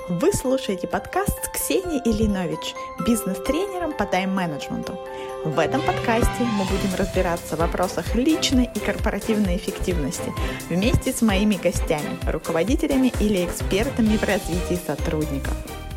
Вы слушаете подкаст с Ксенией Ильинович, бизнес-тренером по тайм-менеджменту. В этом подкасте мы будем разбираться в вопросах личной и корпоративной эффективности вместе с моими гостями, руководителями или экспертами в развитии сотрудников.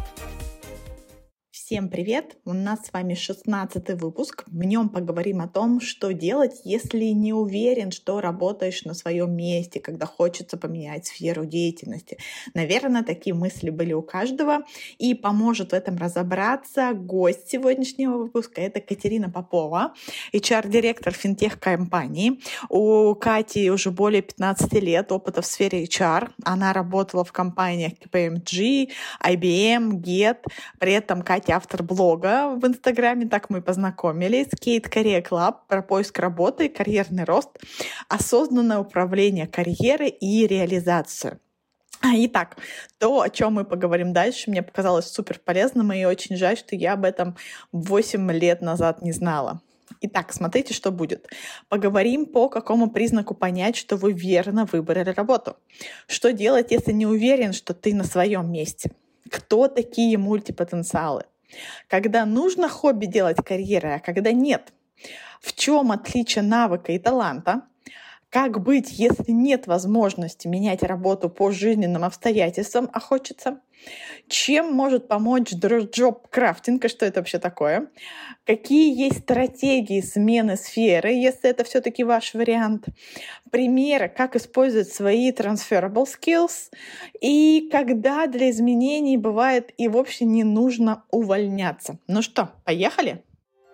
Всем привет! У нас с вами 16-й выпуск. В нем поговорим о том, что делать, если не уверен, что работаешь на своем месте, когда хочется поменять сферу деятельности. Наверное, такие мысли были у каждого. И поможет в этом разобраться гость сегодняшнего выпуска. Это Катерина Попова, HR-директор финтех-компании. У Кати уже более 15 лет опыта в сфере HR. Она работала в компаниях KPMG, IBM, Get. При этом Катя автор блога в Инстаграме, так мы познакомились. Kate Career Club про поиск работы, карьерный рост, осознанное управление карьерой и реализацию. Итак, то, о чем мы поговорим дальше, мне показалось супер полезным, и очень жаль, что я об этом 8 лет назад не знала. Итак, смотрите, что будет. Поговорим, по какому признаку понять, что вы верно выбрали работу. Что делать, если не уверен, что ты на своем месте? Кто такие мультипотенциалы? Когда нужно хобби делать карьерой, а когда нет? В чем отличие навыка и таланта? Как быть, если нет возможности менять работу по жизненным обстоятельствам, а хочется? Чем может помочь джоб-крафтинг, и что это вообще такое? Какие есть стратегии смены сферы, если это все-таки ваш вариант? Примеры, как использовать свои transferable skills, и когда для изменений бывает и вовсе не нужно увольняться. Ну что, поехали?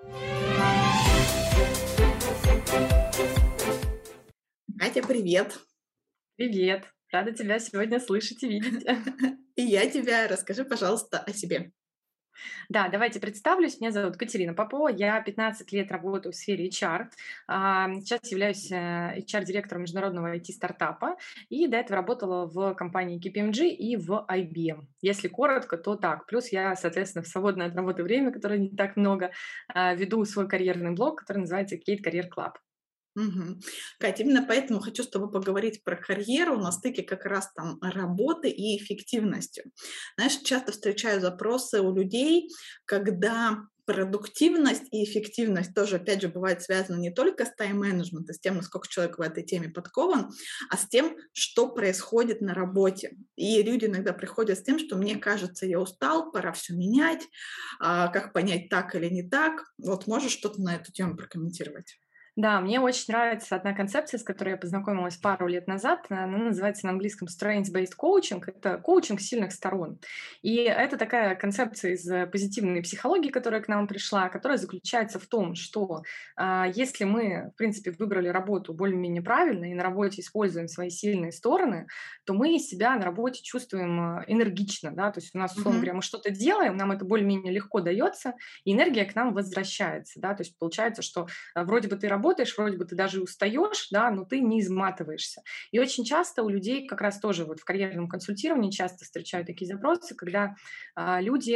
Катя, привет! Привет! Рада тебя сегодня слышать и видеть. И я тебя. Расскажи, пожалуйста, о себе. Да, давайте представлюсь. Меня зовут Катерина Попова. Я 15 лет работаю в сфере HR. Сейчас являюсь HR-директором международного IT-стартапа. И до этого работала в компании KPMG и в IBM. Если коротко, то так. Плюс я, соответственно, в свободное от работы время, которое не так много, веду свой карьерный блог, который называется Kate Career Club. Угу. Катя, именно поэтому хочу с тобой поговорить про карьеру на стыке как раз там работы и эффективности. Знаешь, часто встречаю запросы у людей, когда продуктивность и эффективность тоже, опять же, бывает связаны не только с тайм-менеджментом, с тем, насколько человек в этой теме подкован, а с тем, что происходит на работе. И люди иногда приходят с тем, что мне кажется, я устал, пора все менять, как понять, так или не так. Вот можешь что-то на эту тему прокомментировать? Да, мне очень нравится одна концепция, с которой я познакомилась пару лет назад. Она называется на английском Strengths-Based Coaching. Это коучинг сильных сторон. И это такая концепция из позитивной психологии, которая к нам пришла, которая заключается в том, что если мы, в принципе, выбрали работу более-менее правильно и на работе используем свои сильные стороны, то мы себя на работе чувствуем энергично. Да? То есть у нас, условно говоря, мы что-то делаем, нам это более-менее легко дается, и энергия к нам возвращается. Да? То есть получается, что вроде бы ты работаешь, вроде бы ты даже устаешь, да, но ты не изматываешься. И очень часто у людей как раз тоже вот в карьерном консультировании часто встречают такие запросы, когда люди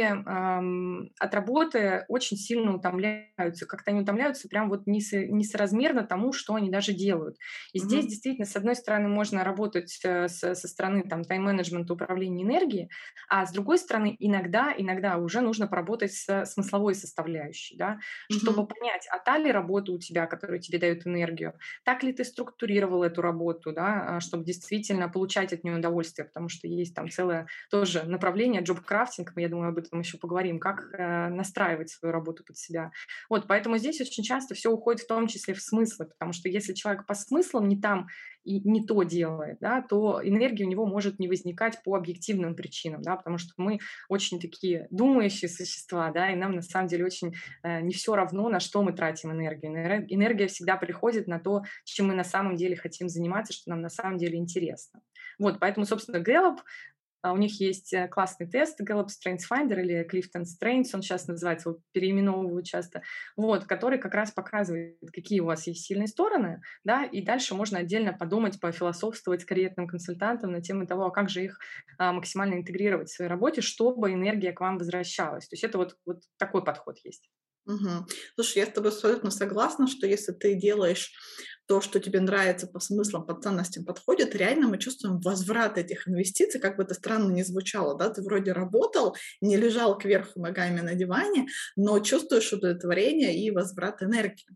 от работы очень сильно утомляются. Как-то они утомляются прям вот несоразмерно тому, что они даже делают. И здесь действительно, с одной стороны, можно работать со стороны там тайм-менеджмента, управления энергией, а с другой стороны, иногда уже нужно поработать с смысловой составляющей, да, чтобы понять, а та ли работа у тебя, которая тебе дает энергию, так ли ты структурировал эту работу, да, чтобы действительно получать от нее удовольствие, потому что есть там целое тоже направление, джоб-крафтинг, я думаю, об этом еще поговорим, как настраивать свою работу под себя. Вот, поэтому здесь очень часто все уходит в том числе в смыслы, потому что если человек по смыслам не там и не то делает, да, то энергия у него может не возникать по объективным причинам, да, потому что мы очень такие думающие существа, да, и нам на самом деле очень не все равно, на что мы тратим энергию. Энергия всегда приходит на то, чем мы на самом деле хотим заниматься, что нам на самом деле интересно. Вот, поэтому, собственно, Gallup, у них есть классный тест Gallup Strengths Finder или Clifton Strengths, он сейчас называется, его переименовывают часто, вот, который как раз показывает, какие у вас есть сильные стороны, да, и дальше можно отдельно подумать, пофилософствовать с карьерным консультантом на тему того, а как же их максимально интегрировать в своей работе, чтобы энергия к вам возвращалась. То есть это вот такой подход есть. Мгм. Слушай, я с тобой абсолютно согласна, что если ты делаешь то, что тебе нравится по смыслам, по ценностям подходит, реально мы чувствуем возврат этих инвестиций, как бы это странно ни звучало, да, ты вроде работал, не лежал кверху ногами на диване, но чувствуешь удовлетворение и возврат энергии.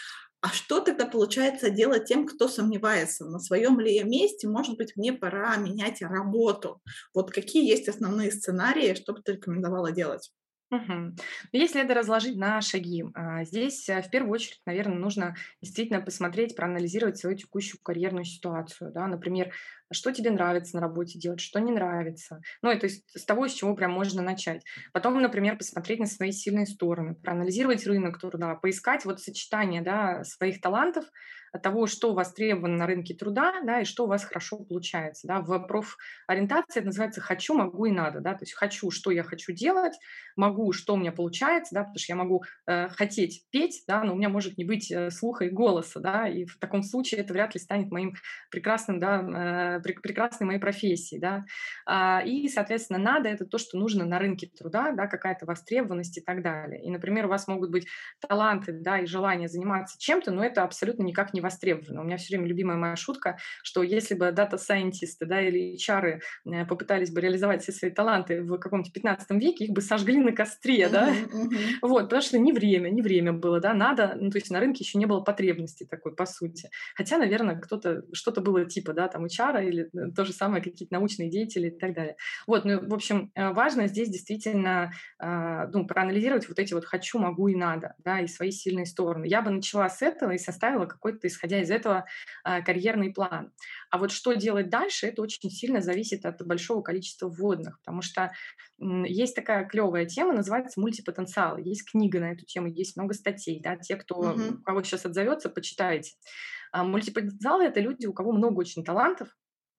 А что тогда получается делать тем, кто сомневается, на своем ли я месте, может быть, мне пора менять работу? Вот какие есть основные сценарии, что бы ты рекомендовала делать? Мгм. Но если это разложить на шаги, здесь в первую очередь, наверное, нужно действительно посмотреть, проанализировать свою текущую карьерную ситуацию. Да? Например, что тебе нравится на работе делать, что не нравится. Ну, это с того, с чего прям можно начать. Потом, например, посмотреть на свои сильные стороны, проанализировать рынок труда, поискать вот сочетание, да, своих талантов, от того, что востребовано на рынке труда, да, и что у вас хорошо получается. Да. В профориентации это называется «хочу, могу и надо». Да. То есть хочу, что я хочу делать, могу, что у меня получается, да, потому что я могу хотеть петь, да, но у меня может не быть слуха и голоса, да, и в таком случае это вряд ли станет моим прекрасным, да, прекрасной моей профессией, да. И, соответственно, надо — это то, что нужно на рынке труда, да, какая-то востребованность и так далее. И, например, у вас могут быть таланты, да, и желание заниматься чем-то, но это абсолютно никак не востребовано. У меня все время любимая моя шутка, что если бы дата-сайентисты, да, или HR попытались бы реализовать все свои таланты в каком-то 15 веке, их бы сожгли на костре, да, Мгм, мгм. вот, потому что не время было, да, надо, ну, то есть на рынке еще не было потребности такой, по сути. Хотя, наверное, кто-то, что-то было типа, да, там, HR или то же самое, какие-то научные деятели и так далее. Вот, ну, в общем, важно здесь действительно, ну, проанализировать вот эти вот «хочу», «могу» и «надо», да, и свои сильные стороны. Я бы начала с этого и составила какой-то, исходя из этого, карьерный план. А вот что делать дальше, это очень сильно зависит от большого количества вводных, потому что есть такая клевая тема, называется «Мультипотенциал». Есть книга на эту тему, есть много статей. Да, те, у Мгм. кого сейчас отзовется, почитайте. Мультипотенциалы — это люди, у кого много очень талантов,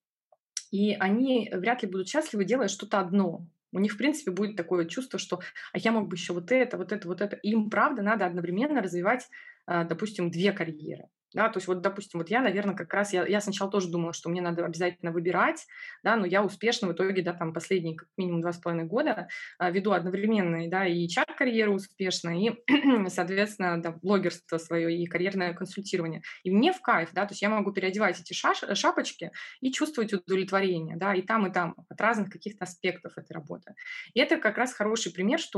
и они вряд ли будут счастливы, делая что-то одно. У них, в принципе, будет такое чувство, что «а я мог бы еще вот это, вот это, вот это». Им, правда, надо одновременно развивать, допустим, две карьеры. Да, то есть вот, допустим, вот я, наверное, как раз, я сначала тоже думала, что мне надо обязательно выбирать, да, но я успешно в итоге, да, там последние как минимум 2,5 года веду одновременно, да, и HR-карьеру успешно, и, соответственно, да, блогерство свое и карьерное консультирование. И мне в кайф, да, то есть я могу переодевать эти шапочки, и чувствовать удовлетворение, да, и там от разных каких-то аспектов этой работы. И это как раз хороший пример, что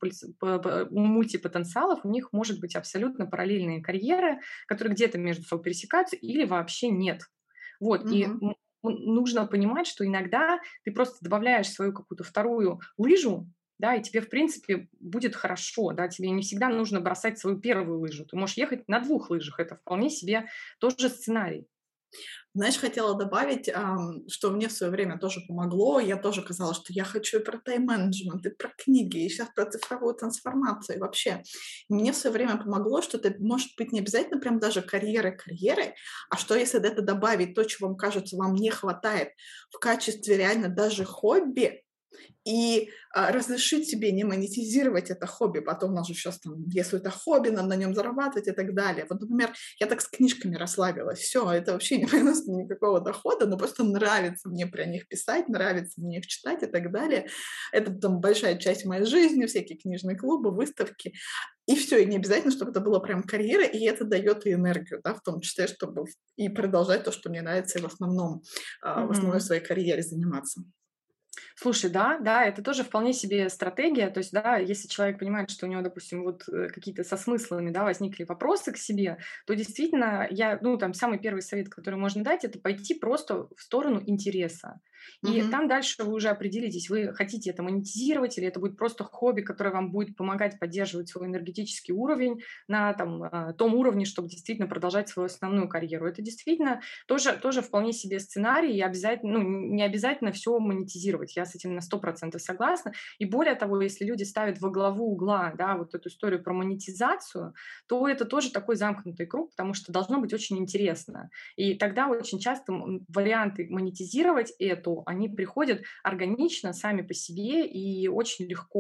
у мультипотенциалов у них может быть абсолютно параллельные карьеры, которые где-то между собой пересекаются или вообще нет. Вот, и Мгм. нужно понимать, что иногда ты просто добавляешь свою какую-то вторую лыжу, да, и тебе, в принципе, будет хорошо, да, тебе не всегда нужно бросать свою первую лыжу, ты можешь ехать на двух лыжах, это вполне себе тоже сценарий. Знаешь, хотела добавить, что мне в свое время тоже помогло. Я тоже казалось, что я хочу и про тайм-менеджмент, и про книги, и сейчас про цифровую трансформацию, и вообще. Мне в свое время помогло, что это может быть не обязательно прям даже карьеры, а что если это добавить то, чего вам кажется, вам не хватает в качестве реально даже хобби, и разрешить себе не монетизировать это хобби. Потом у нас же сейчас там, если это хобби, надо на нем зарабатывать и так далее. Вот, например, я так с книжками расслабилась. Все, это вообще не приносит никакого дохода, но просто нравится мне про них писать, нравится мне их читать и так далее. Это там большая часть моей жизни, всякие книжные клубы, выставки. И все, и не обязательно, чтобы это было прям карьера, и это дает и энергию, да, в том числе, чтобы и продолжать то, что мне нравится, и в основной Мгм. своей карьере заниматься. Слушай, да, да, это тоже вполне себе стратегия. То есть, да, если человек понимает, что у него, допустим, вот какие-то со смыслами, да, возникли вопросы к себе, то действительно ну, там, самый первый совет, который можно дать, это пойти просто в сторону интереса. И Мгм. там дальше вы уже определитесь, вы хотите это монетизировать или это будет просто хобби, которое вам будет помогать поддерживать свой энергетический уровень на там, том уровне, чтобы действительно продолжать свою основную карьеру. Это действительно тоже вполне себе сценарий, и обязательно, ну, не обязательно все монетизировать. Я с этим на 100% согласна. И более того, если люди ставят во главу угла, да, вот эту историю про монетизацию, то это тоже такой замкнутый круг, потому что должно быть очень интересно. И тогда очень часто варианты монетизировать это, они приходят органично, сами по себе и очень легко.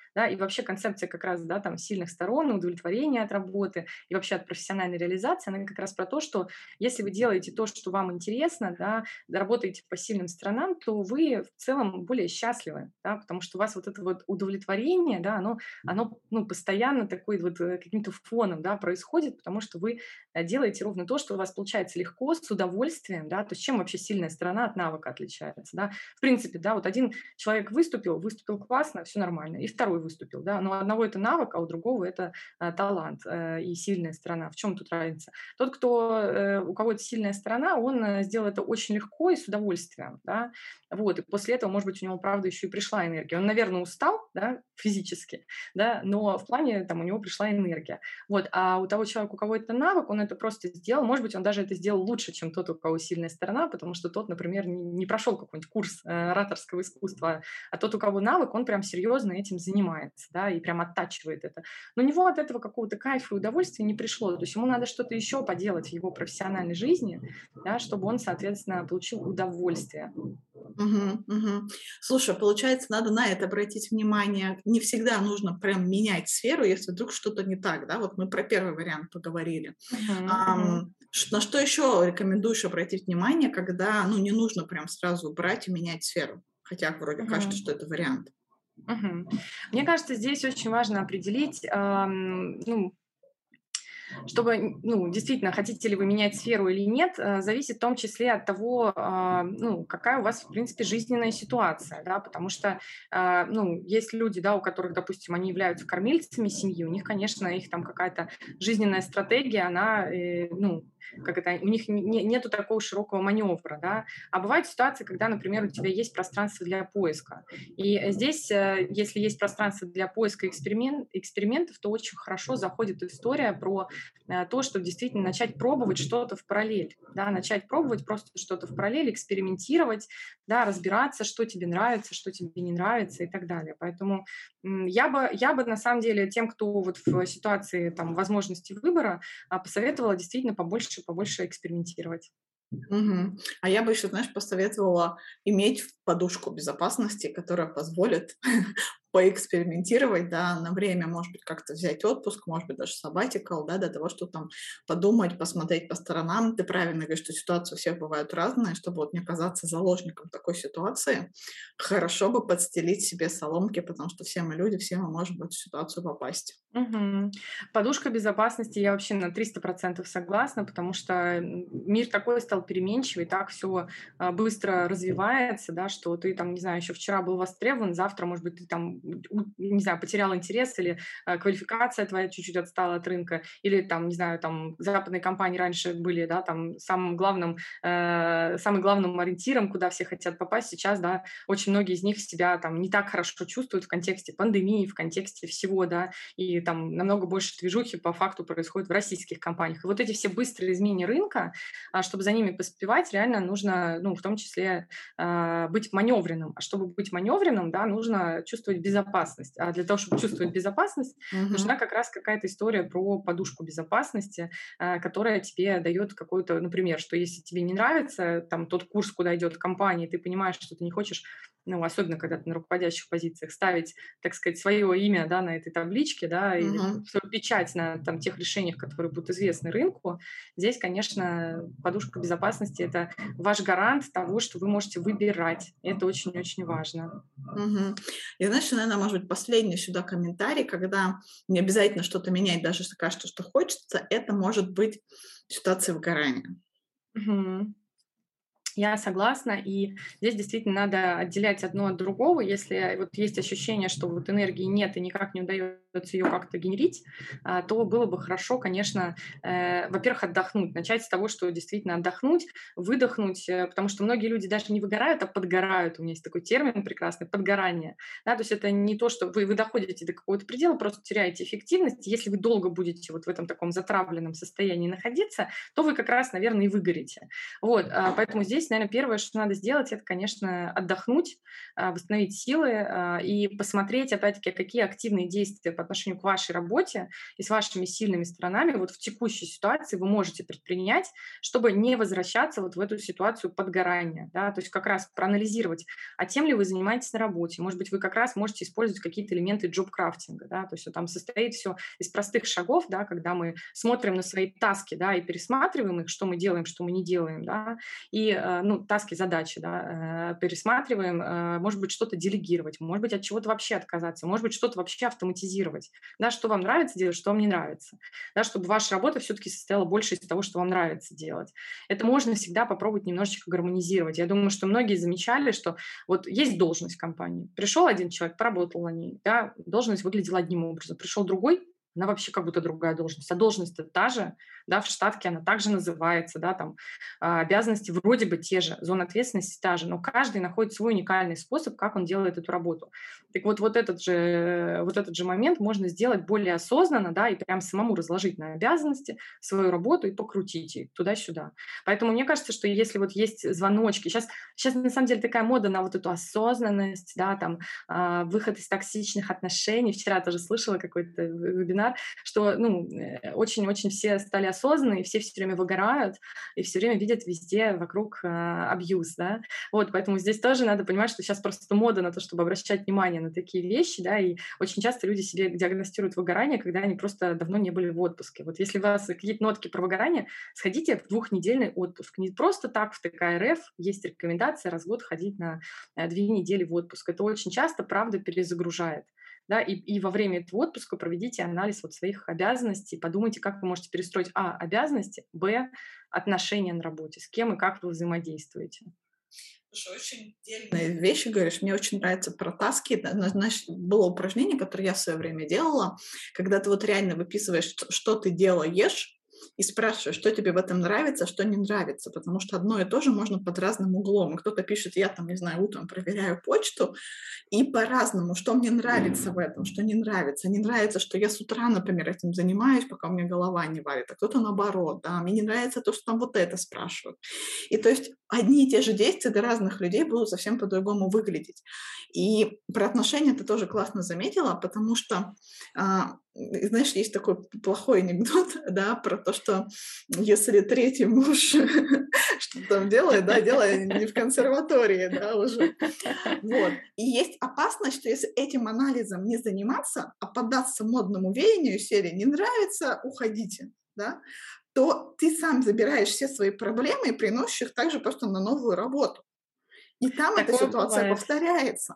да, и вообще концепция как раз, да, там, сильных сторон, удовлетворения от работы и вообще от профессиональной реализации, она как раз про то, что если вы делаете то, что вам интересно, да, работаете по сильным сторонам, то вы в целом более счастливы, да, потому что у вас вот это вот удовлетворение, да, оно ну, постоянно такой вот каким-то фоном, да, происходит, потому что вы делаете ровно то, что у вас получается легко, с удовольствием, да, то есть чем вообще сильная сторона от навыка отличается, да. В принципе, да, вот один человек выступил классно, все нормально, и второй выступил, да, но у одного это навык, а у другого это талант и сильная сторона. В чем тут разница? Тот, у кого это сильная сторона, он сделал это очень легко и с удовольствием, да, вот, и после этого, может быть, у него, правда, еще и пришла энергия. Он, наверное, устал, да, физически, да, но в плане, там, у него пришла энергия. Вот, а у того человека, у кого это навык, он это просто сделал, может быть, он даже это сделал лучше, чем тот, у кого сильная сторона, потому что тот, например, не прошел какой-нибудь курс ораторского искусства, а тот, у кого навык, он прям серьезно этим занимается, да, и прям оттачивает это. Но у него от этого какого-то кайфа и удовольствия не пришло, то есть ему надо что-то еще поделать в его профессиональной жизни, да, чтобы он, соответственно, получил удовольствие. Мгм, мгм. Слушай, получается, надо на это обратить внимание. Не всегда нужно прям менять сферу, если вдруг что-то не так, да? Вот мы про первый вариант поговорили. Мгм, мгм. На что еще рекомендуешь обратить внимание, когда, ну, не нужно прям сразу брать и менять сферу? Хотя вроде кажется, Мгм. что это вариант. Мгм. Мне кажется, здесь очень важно определить, ну, чтобы, ну, действительно, хотите ли вы менять сферу или нет, зависит в том числе от того, ну, какая у вас, в принципе, жизненная ситуация, да, потому что, ну, есть люди, да, у которых, допустим, они являются кормильцами семьи, у них, конечно, их там какая-то жизненная стратегия, она, ну, как это, у них нету такого широкого маневра, да, а бывают ситуации, когда, например, у тебя есть пространство для поиска, и здесь, если есть пространство для поиска экспериментов, то очень хорошо заходит история про то, что действительно начать пробовать что-то в параллель, да, начать пробовать просто что-то в параллель, экспериментировать, да, разбираться, что тебе нравится, что тебе не нравится и так далее. Поэтому я бы на самом деле тем, кто вот в ситуации там возможности выбора, посоветовала действительно побольше экспериментировать. Мгм. А я бы еще, знаешь, посоветовала иметь подушку безопасности, которая позволит поэкспериментировать, да, на время, может быть, как-то взять отпуск, может быть, даже sabbatical, да, для того, чтобы там подумать, посмотреть по сторонам. Ты правильно говоришь, что ситуации у всех бывают разные, чтобы вот не оказаться заложником такой ситуации. Хорошо бы подстелить себе соломки, потому что все мы люди, все мы можем в эту ситуацию попасть. Мгм. Подушка безопасности, я вообще на 300% согласна, потому что мир такой стал переменчивый, так все быстро развивается, да, что ты там, не знаю, еще вчера был востребован, завтра, может быть, ты там, не знаю, потерял интерес или квалификация твоя чуть-чуть отстала от рынка, или там, не знаю, там западные компании раньше были, да, там самым главным ориентиром, куда все хотят попасть, сейчас, да, очень многие из них себя там не так хорошо чувствуют в контексте пандемии, в контексте всего, да, и там намного больше движухи по факту происходит в российских компаниях. И вот эти все быстрые изменения рынка, чтобы за ними поспевать, реально нужно, ну, в том числе быть маневренным. А чтобы быть маневренным, да, нужно чувствовать безопасность. А для того, чтобы чувствовать безопасность, нужна Мгм. как раз какая-то история про подушку безопасности, которая тебе дает какой-то, например, что если тебе не нравится там тот курс, куда идет компания, и ты понимаешь, что ты не хочешь, ну, особенно когда ты на руководящих позициях, ставить, так сказать, свое имя, да, на этой табличке, да, или Мгм. свою печать на там, тех решениях, которые будут известны рынку, здесь, конечно, подушка безопасности – это ваш гарант того, что вы можете выбирать. Это очень-очень важно. Мгм. И знаешь, наверное, может быть, последний сюда комментарий, когда не обязательно что-то менять, даже если кажется, что хочется, это может быть ситуация выгорания. Мгм. Я согласна, и здесь действительно надо отделять одно от другого. Если вот есть ощущение, что вот энергии нет и никак не удается ее как-то генерить, то было бы хорошо, конечно, во-первых, отдохнуть. Начать с того, что действительно отдохнуть, выдохнуть, потому что многие люди даже не выгорают, а подгорают. У меня есть такой термин прекрасный – подгорание. Да, то есть это не то, что вы доходите до какого-то предела, просто теряете эффективность. Если вы долго будете вот в этом таком затравленном состоянии находиться, то вы как раз, наверное, и выгорите. Вот, поэтому здесь здесь, наверное, первое, что надо сделать, это, конечно, отдохнуть, восстановить силы и посмотреть, опять-таки, какие активные действия по отношению к вашей работе и с вашими сильными сторонами вот в текущей ситуации вы можете предпринять, чтобы не возвращаться вот в эту ситуацию подгорания, да, то есть как раз проанализировать, а тем ли вы занимаетесь на работе, может быть, вы как раз можете использовать какие-то элементы джоб-крафтинга, да, то есть вот там состоит все из простых шагов, да, когда мы смотрим на свои таски, да, и пересматриваем их, что мы делаем, что мы не делаем, да, и, ну, таски, задачи, да, пересматриваем, может быть, что-то делегировать, может быть, от чего-то вообще отказаться, может быть, что-то вообще автоматизировать, да, что вам нравится делать, что вам не нравится, да, чтобы ваша работа все-таки состояла больше из того, что вам нравится делать. Это можно всегда попробовать немножечко гармонизировать. Я думаю, что многие замечали, что вот есть должность в компании, пришел один человек, поработал на ней, да, должность выглядела одним образом, пришел другой, она вообще как будто другая должность. А должность-то та же, да, в штатке она также называется, да, там обязанности вроде бы те же, зона ответственности та же, но каждый находит свой уникальный способ, как он делает эту работу. Так вот, вот этот же момент можно сделать более осознанно, да, и прям самому разложить на обязанности свою работу и покрутить их туда-сюда. Поэтому мне кажется, что если вот есть звоночки, сейчас на самом деле такая мода на вот эту осознанность, да, там, выход из токсичных отношений. Вчера тоже слышала какой-то вебинар, что, ну, очень-очень все стали осознанны, и все время выгорают, и все время видят везде вокруг абьюз, да. Вот, поэтому здесь тоже надо понимать, что сейчас просто мода на то, чтобы обращать внимание на такие вещи, да, и очень часто люди себе диагностируют выгорание, когда они просто давно не были в отпуске. Вот если у вас какие-то нотки про выгорание, сходите в 2-недельный отпуск. Не просто так в ТК РФ есть рекомендация раз в год ходить на 2 недели в отпуск. Это очень часто, правда, перезагружает. Да, и во время этого отпуска проведите анализ вот своих обязанностей, подумайте, как вы можете перестроить обязанности, отношения на работе, с кем и как вы взаимодействуете. Слушай, очень дельные вещи говоришь. Мне очень нравится про таски. Знаешь, было упражнение, которое я в свое время делала, когда ты вот реально выписываешь, что ты делаешь, и спрашиваешь, что тебе в этом нравится, что не нравится, потому что одно и то же можно под разным углом. И кто-то пишет, я там, не знаю, утром проверяю почту, и по-разному, что мне нравится в этом, что не нравится. Не нравится, что я с утра, например, этим занимаюсь, пока у меня голова не варит, а кто-то наоборот, да, мне не нравится то, что там вот это спрашивают. И то есть одни и те же действия для разных людей будут совсем по-другому выглядеть. И про отношения ты тоже классно заметила, потому что, знаешь, есть такой плохой анекдот, да, про то, что если третий муж что там делает, да, делает не в консерватории, да, уже. Вот. И есть опасность, что если этим анализом не заниматься, а поддаться модному веянию серии «не нравится, уходите», да, то ты сам забираешь все свои проблемы и приносишь их также просто на новую работу. И там эта Такое ситуация бывает. повторяется.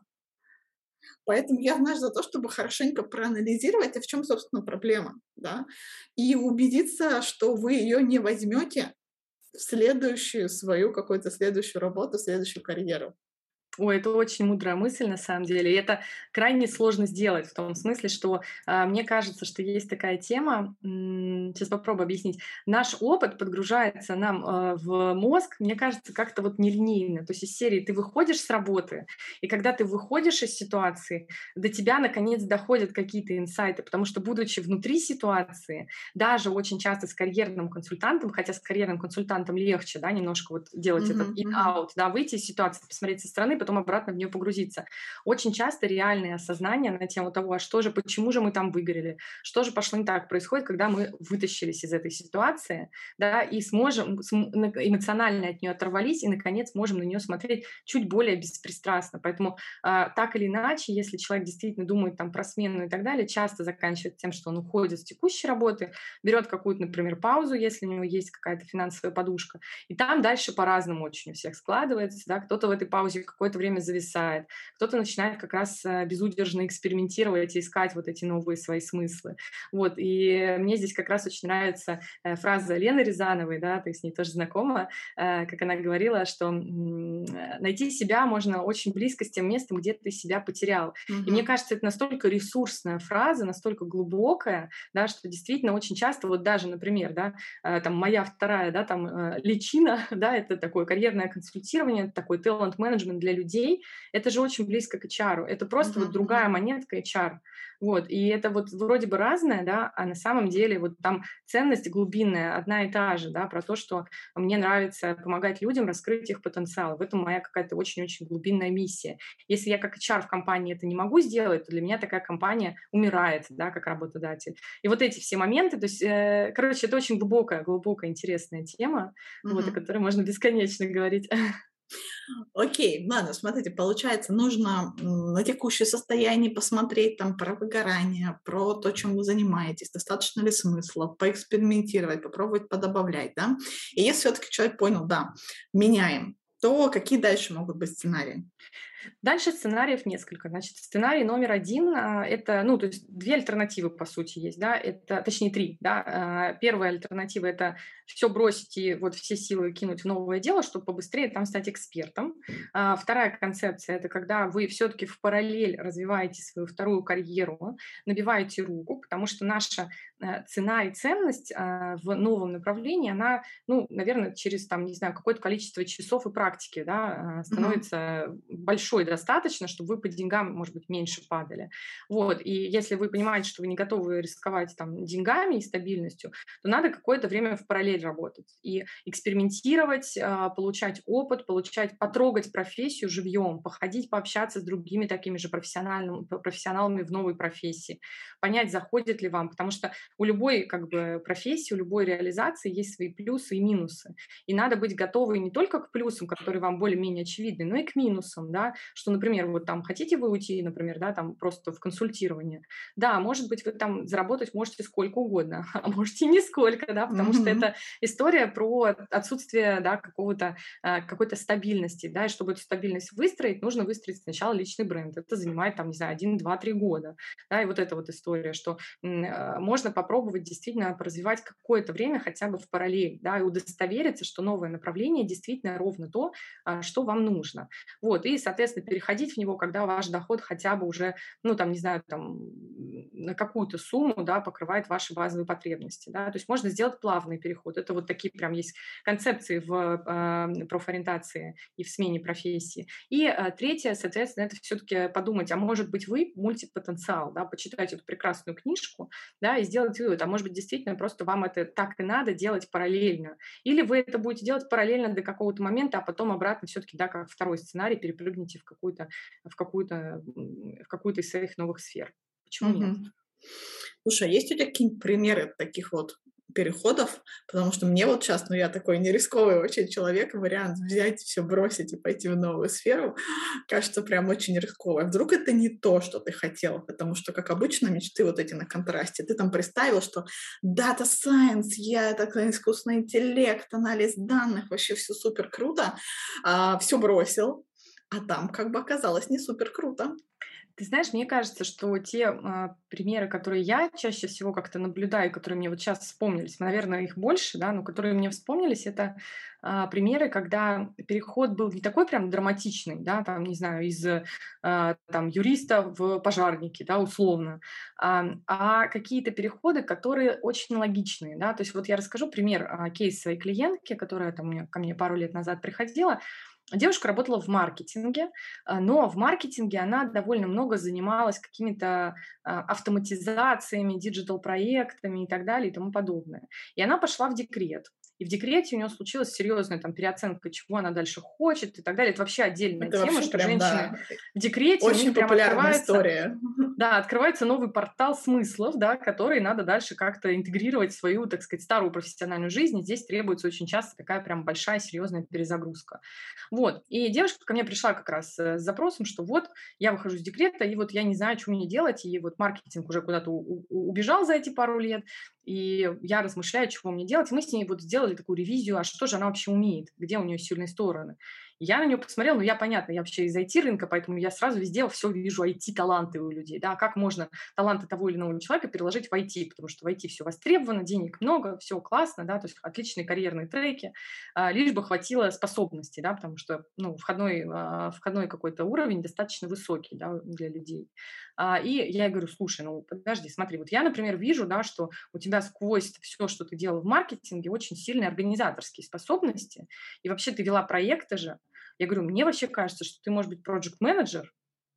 Поэтому я, знаешь, за то, чтобы хорошенько проанализировать, а в чем, собственно, проблема, да, и убедиться, что вы ее не возьмете в следующую свою какую-то следующую работу, следующую карьеру. Ой, это очень мудрая мысль на самом деле. И это крайне сложно сделать в том смысле, что мне кажется, что есть такая тема, сейчас попробую объяснить. Наш опыт подгружается нам в мозг, мне кажется, как-то вот нелинейно. То есть из серии ты выходишь с работы, и когда ты выходишь из ситуации, до тебя наконец доходят какие-то инсайты, потому что, будучи внутри ситуации, даже очень часто с карьерным консультантом, хотя с карьерным консультантом легче, да, немножко вот делать этот in-out, да, выйти из ситуации, посмотреть со стороны, потом обратно в нее погрузиться. Очень часто реальное осознание на тему того, а что же, почему же мы там выгорели, что же пошло не так, происходит, когда мы вытащились из этой ситуации, да, и сможем эмоционально от нее оторвались и, наконец, можем на нее смотреть чуть более беспристрастно. Поэтому так или иначе, если человек действительно думает там про смену и так далее, часто заканчивает тем, что он уходит с текущей работы, берет какую-то, например, паузу, если у него есть какая-то финансовая подушка, и там дальше по-разному очень у всех складывается, да, кто-то в этой паузе какое-то время зависает, кто-то начинает как раз безудержно экспериментировать и искать вот эти новые свои смыслы. Вот, и мне здесь как раз очень нравится фраза Лены Рязановой, да, ты с ней тоже знакома, как она говорила, что найти себя можно очень близко с тем местом, где ты себя потерял. И мне кажется, это настолько ресурсная фраза, настолько глубокая, да, что действительно очень часто, вот даже, например, да, там моя вторая, да, там личина, да, это такое карьерное консультирование, такой талант-менеджмент для людей, людей, это же очень близко к HR. Это просто вот другая монетка HR. Вот, и это вот вроде бы разное, да, а на самом деле вот там ценность глубинная одна и та же, да, про то, что мне нравится помогать людям раскрыть их потенциал. В этом моя какая-то очень-очень глубинная миссия. Если я как HR в компании это не могу сделать, то для меня такая компания умирает, да, как работодатель. И вот эти все моменты, то есть, короче, это очень глубокая, интересная тема, вот, о которой можно бесконечно говорить. Окей, ладно, смотрите, получается, нужно на текущее состояние посмотреть там про выгорание, про то, чем вы занимаетесь, достаточно ли смысла, поэкспериментировать, попробовать подобавлять, да. И если все-таки человек понял, да, меняем, то какие дальше могут быть сценарии? Дальше сценариев несколько. Значит, сценарий номер один, это, ну, то есть две альтернативы, по сути, есть, да, это, точнее, три, да. Первая альтернатива – это все бросить и вот все силы кинуть в новое дело, чтобы побыстрее там стать экспертом. Вторая концепция – это когда вы все-таки в параллель развиваете свою вторую карьеру, набиваете руку, потому что наша цена и ценность в новом направлении, она, ну, наверное, через, там, не знаю, какое-то количество часов и практики, да, становится большой достаточно, чтобы вы по деньгам, может быть, меньше падали. Вот, и если вы понимаете, что вы не готовы рисковать там деньгами и стабильностью, то надо какое-то время в параллель работать и экспериментировать, получать опыт, потрогать профессию живьем, походить, пообщаться с другими такими же профессионалами в новой профессии, понять, заходит ли вам, потому что у любой как бы профессии, у любой реализации есть свои плюсы и минусы. И надо быть готовы не только к плюсам, которые вам более-менее очевидны, но и к минусам, да, что, например, вот там хотите вы уйти, например, да, там просто в консультирование, да, может быть, вы там заработать можете сколько угодно, а можете нисколько, да, потому что это история про отсутствие, да, какой-то стабильности, да, и чтобы эту стабильность выстроить, нужно выстроить сначала личный бренд. Это занимает, там, не знаю, 1, 2, 3 года, да, и вот эта вот история, что можно попробовать действительно развивать какое-то время хотя бы в параллель, да, и удостовериться, что новое направление действительно ровно то, что вам нужно. Вот, и, соответственно, переходить в него, когда ваш доход хотя бы уже, ну, там, не знаю, там, на какую-то сумму, да, покрывает ваши базовые потребности, да, то есть можно сделать плавный переход. Это вот такие прям есть концепции в профориентации и в смене профессии. И третье, соответственно, это все-таки подумать, а может быть вы мультипотенциал, да, почитать эту прекрасную книжку, да, и сделать вывод, а может быть действительно просто вам это так и надо делать параллельно. Или вы это будете делать параллельно до какого-то момента, а потом обратно все-таки, да, как второй сценарий, перепрыгните в какую-то из своих новых сфер. Почему нет? Слушай, а есть у тебя какие-нибудь примеры таких вот переходов? Потому что мне вот сейчас, ну, я такой не рисковый очень человек, вариант взять, все бросить и пойти в новую сферу, кажется прям очень рисково. А вдруг это не то, что ты хотел? Потому что, как обычно, мечты вот эти на контрасте. Ты там представил, что Data Science, я такой искусственный интеллект, анализ данных, вообще все супер круто, все бросил, а там как бы оказалось не супер круто. Ты знаешь, мне кажется, что те примеры, которые я чаще всего как-то наблюдаю, которые мне вот сейчас вспомнились, наверное, их больше, да, но которые мне вспомнились, это примеры, когда переход был не такой прям драматичный, да, там, не знаю, из там юриста в пожарники, да, условно, а какие-то переходы, которые очень логичные, да, то есть вот я расскажу пример, кейс своей клиентки, которая там ко мне пару лет назад приходила. Девушка работала в маркетинге, но в маркетинге она довольно много занималась какими-то автоматизациями, диджитал-проектами и так далее и тому подобное. И она пошла в декрет. И в декрете у нее случилась серьезная там переоценка, чего она дальше хочет и так далее. Это вообще отдельная Это тема, вообще что прям, женщины да, в декрете, у них очень прям популярная открывается история. да, открывается новый портал смыслов, да, который надо дальше как-то интегрировать в свою, так сказать, старую профессиональную жизнь. И здесь требуется очень часто такая прям большая, серьезная перезагрузка. Вот. И девушка ко мне пришла как раз с запросом, что вот я выхожу из декрета, и вот я не знаю, что мне делать, и вот маркетинг уже куда-то убежал за эти пару лет, и я размышляю, чего мне делать. И мы с ней вот сделали такую ревизию, а что же она вообще умеет, где у нее сильные стороны. Я на нее посмотрела, ну, я, понятно, я вообще из IT-рынка, поэтому я сразу везде все вижу IT-таланты у людей, да, как можно таланты того или иного человека переложить в IT, потому что в IT все востребовано, денег много, все классно, да, то есть отличные карьерные треки, лишь бы хватило способностей, да, потому что, ну, входной какой-то уровень достаточно высокий, да, для людей. И я ей говорю, слушай, ну, подожди, смотри, вот я, например, вижу, да, что у тебя сквозь все, что ты делал в маркетинге, очень сильные организаторские способности, и вообще ты вела проекты же, Я говорю, мне вообще кажется, что ты, может быть, проект-менеджер,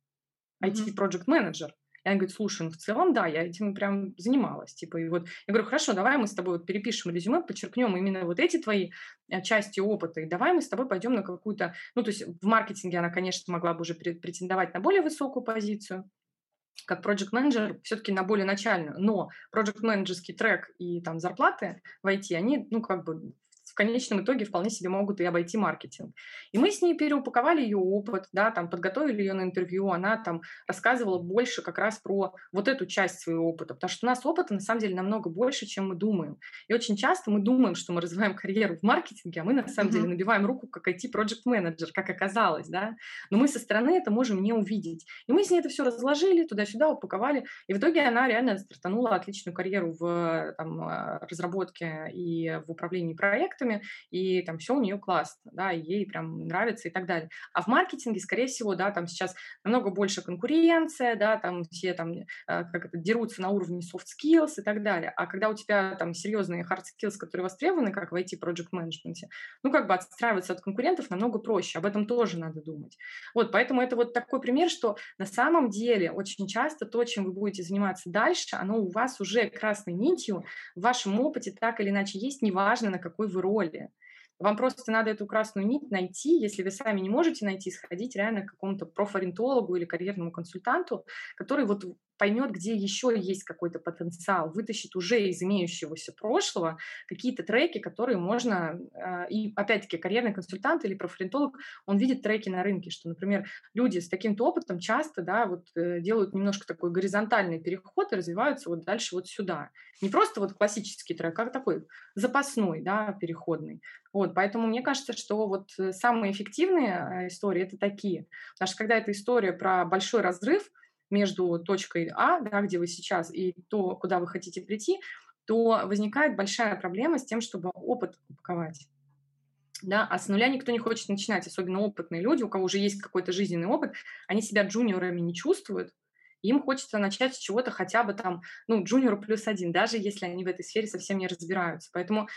Мгм. IT-проект-менеджер. И она говорит, слушай, ну в целом, да, я этим прям занималась. Типа, и вот я говорю, хорошо, давай мы с тобой вот перепишем резюме, подчеркнем именно вот эти твои части опыта, и давай мы с тобой пойдем на какую-то, ну, то есть в маркетинге она, конечно, могла бы уже претендовать на более высокую позицию, как проект менеджер все-таки на более начальную, но проект менеджерский трек и там зарплаты в IT, они, ну, как бы в конечном итоге вполне себе могут и обойти маркетинг. И мы с ней переупаковали ее опыт, да, там подготовили ее на интервью, она там рассказывала больше как раз про вот эту часть своего опыта, потому что у нас опыта на самом деле намного больше, чем мы думаем. И очень часто мы думаем, что мы развиваем карьеру в маркетинге, а мы на самом деле Мгм. набиваем руку как IT-проект менеджер, как оказалось, да. Но мы со стороны это можем не увидеть. И мы с ней это все разложили, туда-сюда упаковали. И в итоге она реально стартанула отличную карьеру в там, разработке и в управлении проектами, и там все у нее классно, да, и ей прям нравится и так далее. А в маркетинге, скорее всего, да, там сейчас намного больше конкуренция, да, там все там как это, дерутся на уровне soft skills и так далее. А когда у тебя там серьезные hard skills, которые востребованы, как в IT-project менеджменте, ну, как бы отстраиваться от конкурентов намного проще. Об этом тоже надо думать. Вот, поэтому это вот такой пример, что на самом деле очень часто то, чем вы будете заниматься дальше, оно у вас уже красной нитью в вашем опыте так или иначе есть, неважно, на какой вы роли. Вам просто надо эту красную нить найти, если вы сами не можете найти, сходить реально к какому-то профориентологу или карьерному консультанту, который вот поймет, где еще есть какой-то потенциал, вытащит уже из имеющегося прошлого какие-то треки, которые можно... И опять-таки карьерный консультант или профориентолог, он видит треки на рынке, что, например, люди с таким-то опытом часто, да, вот делают немножко такой горизонтальный переход и развиваются вот дальше вот сюда. Не просто вот классический трек, а такой запасной, да, переходный. Вот, поэтому мне кажется, что вот самые эффективные истории это такие. Потому что когда это история про большой разрыв между точкой А, да, где вы сейчас, и то, куда вы хотите прийти, то возникает большая проблема с тем, чтобы опыт упаковать. Да, а с нуля никто не хочет начинать, особенно опытные люди, у кого уже есть какой-то жизненный опыт, они себя джуниорами не чувствуют, им хочется начать с чего-то хотя бы там, ну, джуниору плюс один, даже если они в этой сфере совсем не разбираются. Поэтому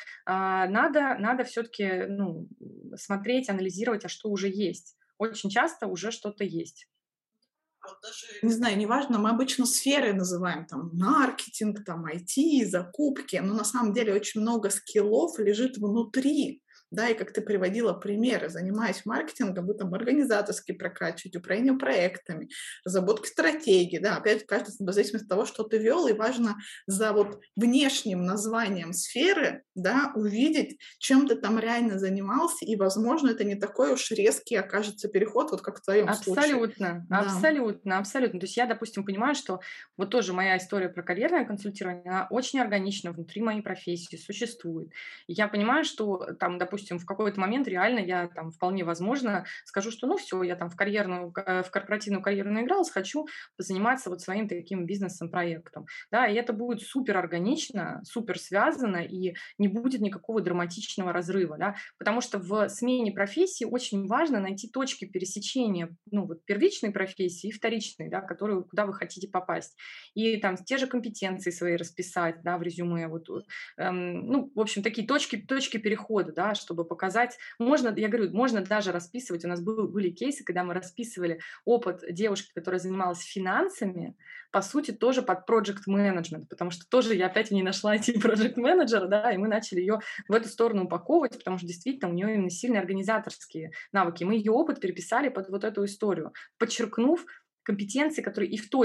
надо все-таки ну, смотреть, анализировать, а что уже есть. Очень часто уже что-то есть. А вот даже, не знаю, неважно, мы обычно сферы называем там маркетинг, там IT, закупки, но на самом деле очень много скиллов лежит внутри. Да, и как ты приводила примеры, занимаясь маркетингом, вы там организаторски прокачиваете, управление проектами, разработка стратегии, да, опять каждый в зависимости от того, что ты вел, и важно за вот внешним названием сферы, да, увидеть, чем ты там реально занимался, и, возможно, это не такой уж резкий окажется переход, вот как в твоем случае. Абсолютно, Да. абсолютно, абсолютно. То есть я, допустим, понимаю, что вот тоже моя история про карьерное консультирование, она очень органично внутри моей профессии существует. И я понимаю, что там, допустим, в какой-то момент реально я там вполне возможно скажу, что ну все, я там в корпоративную карьеру наигралась, хочу заниматься вот своим таким бизнесом, проектом. Да, и это будет супер органично, супер связано, и не будет никакого драматичного разрыва, да, потому что в смене профессии очень важно найти точки пересечения, ну, вот первичной профессии и вторичной, да, которые, куда вы хотите попасть. И там те же компетенции свои расписать, да, в резюме, вот, ну, в общем, такие точки перехода, да, чтобы показать. Можно, я говорю, можно даже расписывать, у нас были кейсы, когда мы расписывали опыт девушки, которая занималась финансами, по сути, тоже под project management, потому что тоже я опять не нашла эти project менеджера, да, и мы начали ее в эту сторону упаковывать, потому что действительно у нее именно сильные организаторские навыки. Мы ее опыт переписали под вот эту историю, подчеркнув компетенции, которые и в той